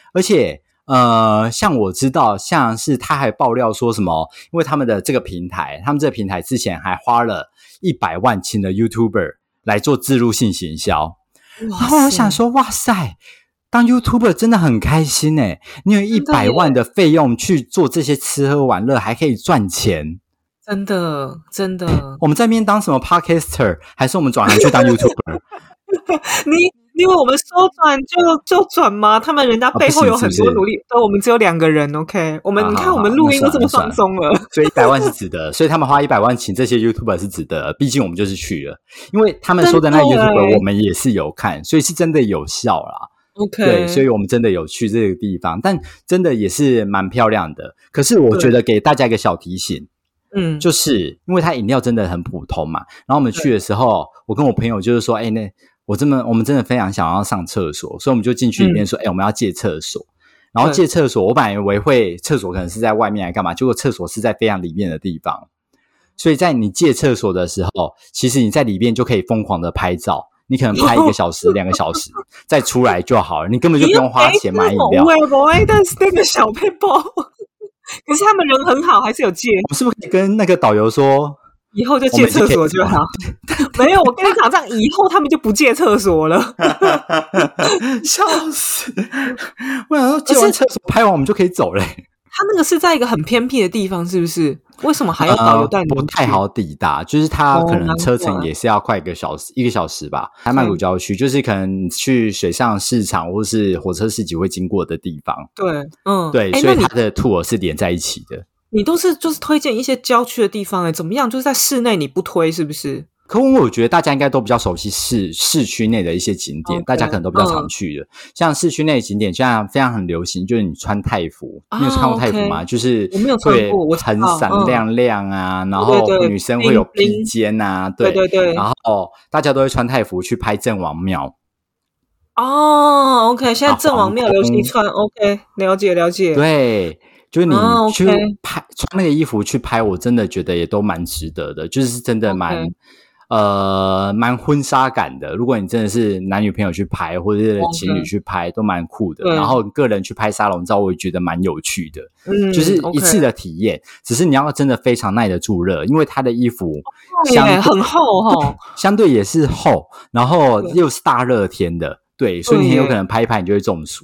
S1: 而且呃，像我知道，像是他还爆料说什么，因为他们的这个平台，他们这个平台之前还花了一百万请了 YouTuber 来做置入性行销。然后我想说，哇塞，当 YouTuber 真的很开心耶，你有一百万的费用去做这些吃喝玩乐，还可以赚钱。
S2: 真的真的、
S1: 欸、我们在那边当什么 Podcaster， 还是我们转行去当 YouTuber？
S2: 你因为我们说转就就转吗？他们人家背后有很多努力，对、啊，我们只有两个人 ，OK？ 我们、啊、你看我们录音都这么放松了，
S1: 所以一百万是值得，所以他们花一百万请这些 YouTuber 是值得，毕竟我们就是去了，因为他们说的那个 YouTuber 我们也是有看，所以是真的有效啦。
S2: OK，
S1: 对，所以我们真的有去这个地方，但真的也是蛮漂亮的。可是我觉得给大家一个小提醒，嗯，就是因为它饮料真的很普通嘛，然后我们去的时候，我跟我朋友就是说，哎、欸，那我这么我们真的非常想要上厕所，所以我们就进去里面说，哎、嗯欸，我们要借厕所。然后借厕所，我本来以为会厕所可能是在外面来干嘛，结果厕所是在非常里面的地方。所以在你借厕所的时候，其实你在里面就可以疯狂的拍照。你可能拍一个小时、两个小时，再出来就好了。你根本就不用花钱买饮料。
S2: 但是那个小配包，可是他们人很好，还是有借。
S1: 我是不是可以跟那个导游说，
S2: 以后就借厕所就好？没有，我跟你讲，这样以后他们就不借厕所了。
S1: 笑死！我想说，借完厕所拍完，我们就可以走了、欸。
S2: 他那个是在一个很偏僻的地方，是不是？为什么还要导游带你、
S1: 呃、不太好抵达，就是它可能车程也是要快一个小时，一个小时吧。在曼谷郊区，就是可能去水上市场或是火车市集会经过的地方。
S2: 对，嗯，
S1: 对，所以它的 tour 是连在一起的。
S2: 你都是就是推荐一些郊区的地方、欸，怎么样？就是在室内你不推是不是？
S1: 可我觉得大家应该都比较熟悉市市区内的一些景点， okay, 大家可能都比较常去的。嗯、像市区内的景点，现在非常很流行，就是你穿泰服，啊、你有穿过泰服吗？
S2: okay,
S1: 就是
S2: 我没有穿过，我
S1: 很闪亮亮啊，嗯、然后女生会有披肩啊，
S2: 对对 对, 对，
S1: 然后大家都会穿泰服去拍郑王庙。
S2: 哦 ，OK， 现在郑王庙流行穿 ，OK， 了解了解，
S1: 对。就是你去拍、
S2: 哦 okay
S1: 穿那个衣服去拍，我真的觉得也都蛮值得的，就是真的蛮。Okay呃，蛮婚纱感的。如果你真的是男女朋友去拍，或者是情侣去拍， okay. 都蛮酷的。然后个人去拍沙龙照，我也觉得蛮有趣的。嗯，就是一次的体验。Okay. 只是你要真的非常耐得住热，因为它的衣服相对、
S2: 哦、很厚齁，
S1: 相对也是厚，然后又是大热天的，对，所以你很有可能拍一拍，你就会中暑。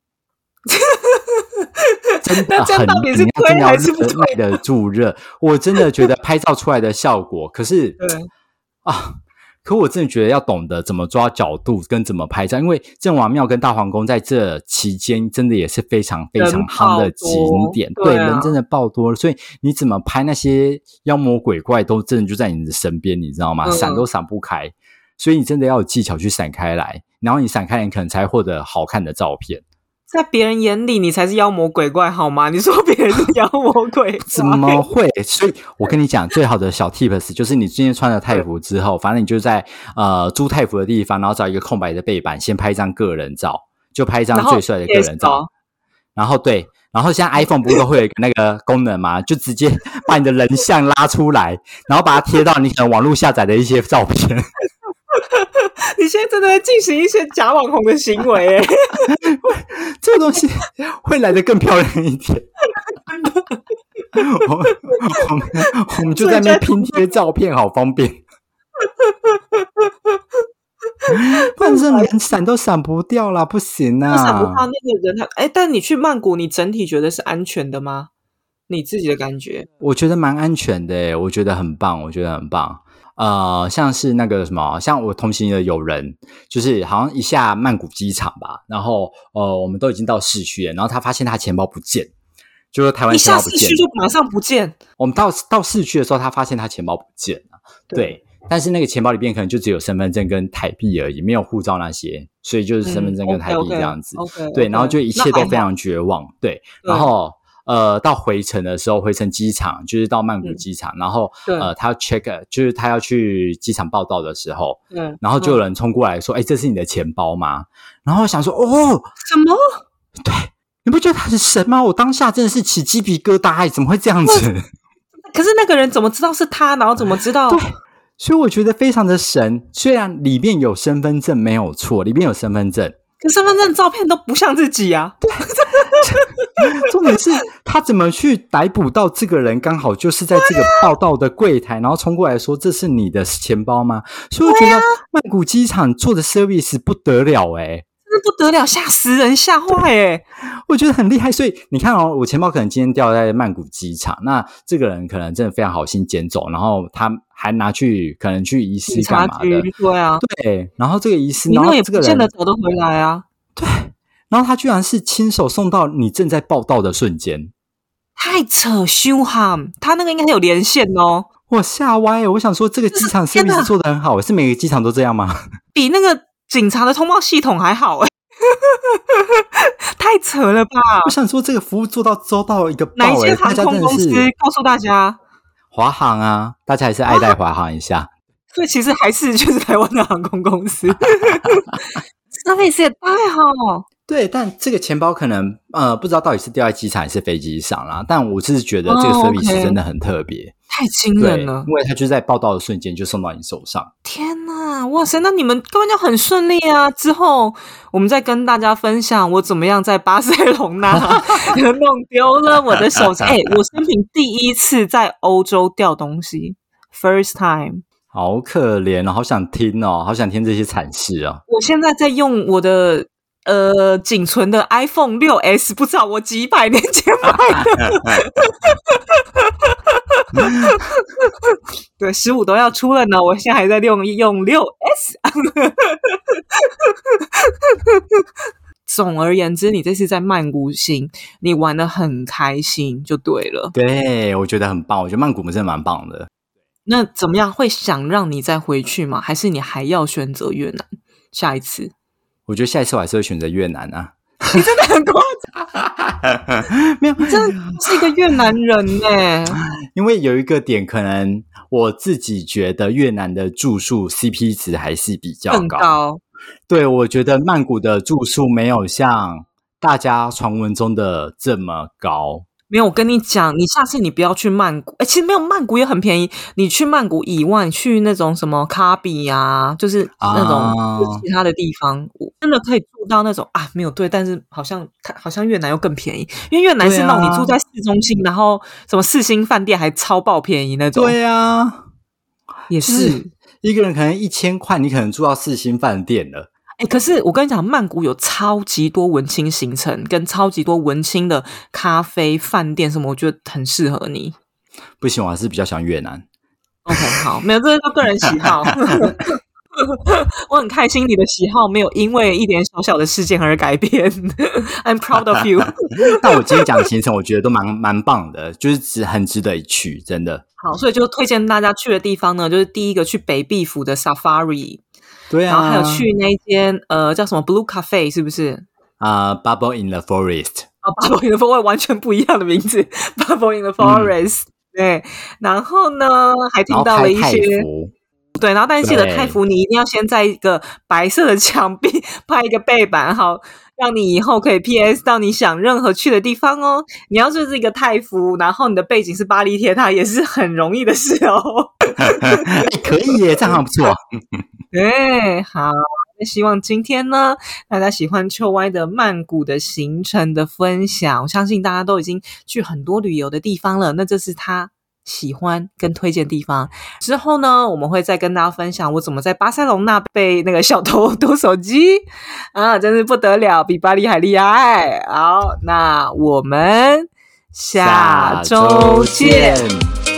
S1: 真的很，你真的要耐得住热。我真的觉得拍照出来的效果，可是。啊！可我真的觉得要懂得怎么抓角度跟怎么拍照，因为郑王庙跟大皇宫在这期间真的也是非常非常夯的景点，对、啊、对，人真的爆多了，所以你怎么拍那些妖魔鬼怪都真的就在你的身边，你知道吗？嗯、闪都闪不开，所以你真的要有技巧去闪开来，然后你闪开来，你可能才获得好看的照片。
S2: 在别人眼里你才是妖魔鬼怪好吗？你说别人是妖魔鬼怪
S1: 怎么会？所以我跟你讲最好的小 tips 就是你今天穿了泰服之后，反正你就在呃租泰服的地方，然后找一个空白的背板，先拍一张个人照，就拍一张最帅的个人照。然后对，然后现在 iPhone 不是都会有一个那个功能嘛，就直接把你的人像拉出来，然后把它贴到你可能网络下载的一些照片。
S2: 你现在真的在进行一些假网红的行为耶
S1: 这个东西会来得更漂亮一点我, 我, 们我们就在那边拼贴照片好方便反正连闪都闪不掉啦，不行啊，
S2: 闪不到那个人他诶但你去曼谷你整体觉得是安全的吗？你自己的感觉？
S1: 我觉得蛮安全的耶，我觉得很棒，我觉得很棒。呃，像是那个什么，像我同行的友人，就是好像一下曼谷机场吧，然后呃，我们都已经到市区了，然后他发现他钱包不见，就是台湾钱包不见，
S2: 一下市区就马上不见。
S1: 我们到到市区的时候，他发现他钱包不见了，对，对，但是那个钱包里面可能就只有身份证跟台币而已，没有护照那些，所以就是身份证跟台币这样子，嗯、okay, okay, okay, 对，然后就一切都非常绝望，对，然后。呃，到回程的时候，回程机场就是到曼谷机场，嗯、然后呃，他要 check， 就是他要去机场报到的时候，嗯，然后就有人冲过来说：“哎、嗯，这是你的钱包吗？”然后我想说：“哦，
S2: 什么？
S1: 对，你不觉得他是神吗？”我当下真的是起鸡皮疙瘩，怎么会这样子？
S2: 可是那个人怎么知道是他？然后怎么知道？
S1: 对，所以我觉得非常的神。虽然里面有身份证没有错，里面有身份证。
S2: 可身份证照片都不像自己啊。对，
S1: 重点是他怎么去逮捕到这个人，刚好就是在这个报到的柜台，然后冲过来说这是你的钱包吗？所以我觉得曼谷机场做的 service 不得了诶、欸
S2: 真的不得了，吓死人，吓坏诶。
S1: 我觉得很厉害。所以你看哦，我钱包可能今天掉在曼谷机场，那这个人可能真的非常好心捡走，然后他还拿去可能去遗失干嘛的，
S2: 对啊，
S1: 对，然后这个遗失，
S2: 你那
S1: 然后这个人
S2: 也不见得找得回来啊。
S1: 对，然后他居然是亲手送到你正在报到的瞬间，
S2: 太扯，凶悍，他那个应该有连线哦。
S1: 我吓歪，我想说这个机场 service 做得很好，是每个机场都这样吗？
S2: 比那个警察的通报系统还好诶。太扯了吧！
S1: 我想说这个服务做到周到一个爆，
S2: 哪一间航空公司告诉大家？
S1: 华航啊，大家还是爱戴华航一下。啊、
S2: 所以其实还是就是台湾的航空公司，service 也太好。
S1: 对，但这个钱包可能呃不知道到底是掉在机场还是飞机上啦。但我是觉得这个 service、oh, 真的很特别，
S2: 太惊人了。
S1: 因为它就在报到的瞬间就送到你手上。
S2: 天哪，哇塞！那你们根本就很顺利啊！之后我们再跟大家分享我怎么样在巴塞隆纳弄丢了我的手机。哎、欸，我生平第一次在欧洲掉东西 ，first time。
S1: 好可怜哦，好想听哦，好想听这些惨事哦。
S2: 我现在在用我的。呃，仅存的 iPhone 六 S 不知道我几百年前买的，对，十五都要出了呢，我现在还在用用六 S。总而言之，你这次在曼谷行，你玩得很开心，就对了。
S1: 对，我觉得很棒，我觉得曼谷真的蛮棒的。
S2: 那怎么样？会想让你再回去吗？还是你还要选择越南？下一次？
S1: 我觉得下一次我还是会选择越南啊！
S2: 你真的很夸张，
S1: 没有，
S2: 你真的是一个越南人耶。
S1: 因为有一个点，可能我自己觉得越南的住宿 C P 值还是比较高。
S2: 更高。
S1: 对，我觉得曼谷的住宿没有像大家传闻中的这么高。
S2: 没有，我跟你讲，你下次你不要去曼谷。哎，其实没有，曼谷也很便宜。你去曼谷以外，去那种什么卡比啊，就是那种、啊、其他的地方，真的可以住到那种啊，没有对，但是好像好像越南又更便宜，因为越南是那种你住在市中心，然后什么四星饭店还超爆便宜那种。
S1: 对啊，
S2: 也是、就是、
S1: 一个人可能一千块，你可能住到四星饭店了。
S2: 欸、可是我跟你讲，曼谷有超级多文青行程跟超级多文青的咖啡饭店什么，我觉得很适合你。
S1: 不行，我还是比较喜欢越南。
S2: OK， 好，没有，这是个人喜好。我很开心你的喜好没有因为一点小小的事件而改变。I'm proud of you。
S1: 那我今天讲的行程，我觉得都蛮蛮棒的，就是值很值得一去，真的。
S2: 好，所以就推荐大家去的地方呢，就是第一个去北碧府的 Safari。
S1: 对啊，
S2: 然后还有去那间呃叫什么 Blue Cafe 是不是
S1: 啊、uh, ？Bubble in the Forest
S2: 啊、oh, ，Bubble in the Forest 完全不一样的名字 ，Bubble in the Forest、嗯。对，然后呢还听到了一些对，然后但是记得泰服你一定要先在一个白色的墙壁拍一个背板，好让你以后可以 P S 到你想任何去的地方哦。你要是一个泰服，然后你的背景是巴黎铁塔，也是很容易的事哦。
S1: 可以耶，这样很不错。
S2: 对，好，那希望今天呢，大家喜欢秋歪的曼谷的行程的分享。我相信大家都已经去很多旅游的地方了，那这是他喜欢跟推荐地方。之后呢，我们会再跟大家分享我怎么在巴塞隆纳被那个小偷偷手机啊，真是不得了，比巴黎还厉害。好，那我们下周见。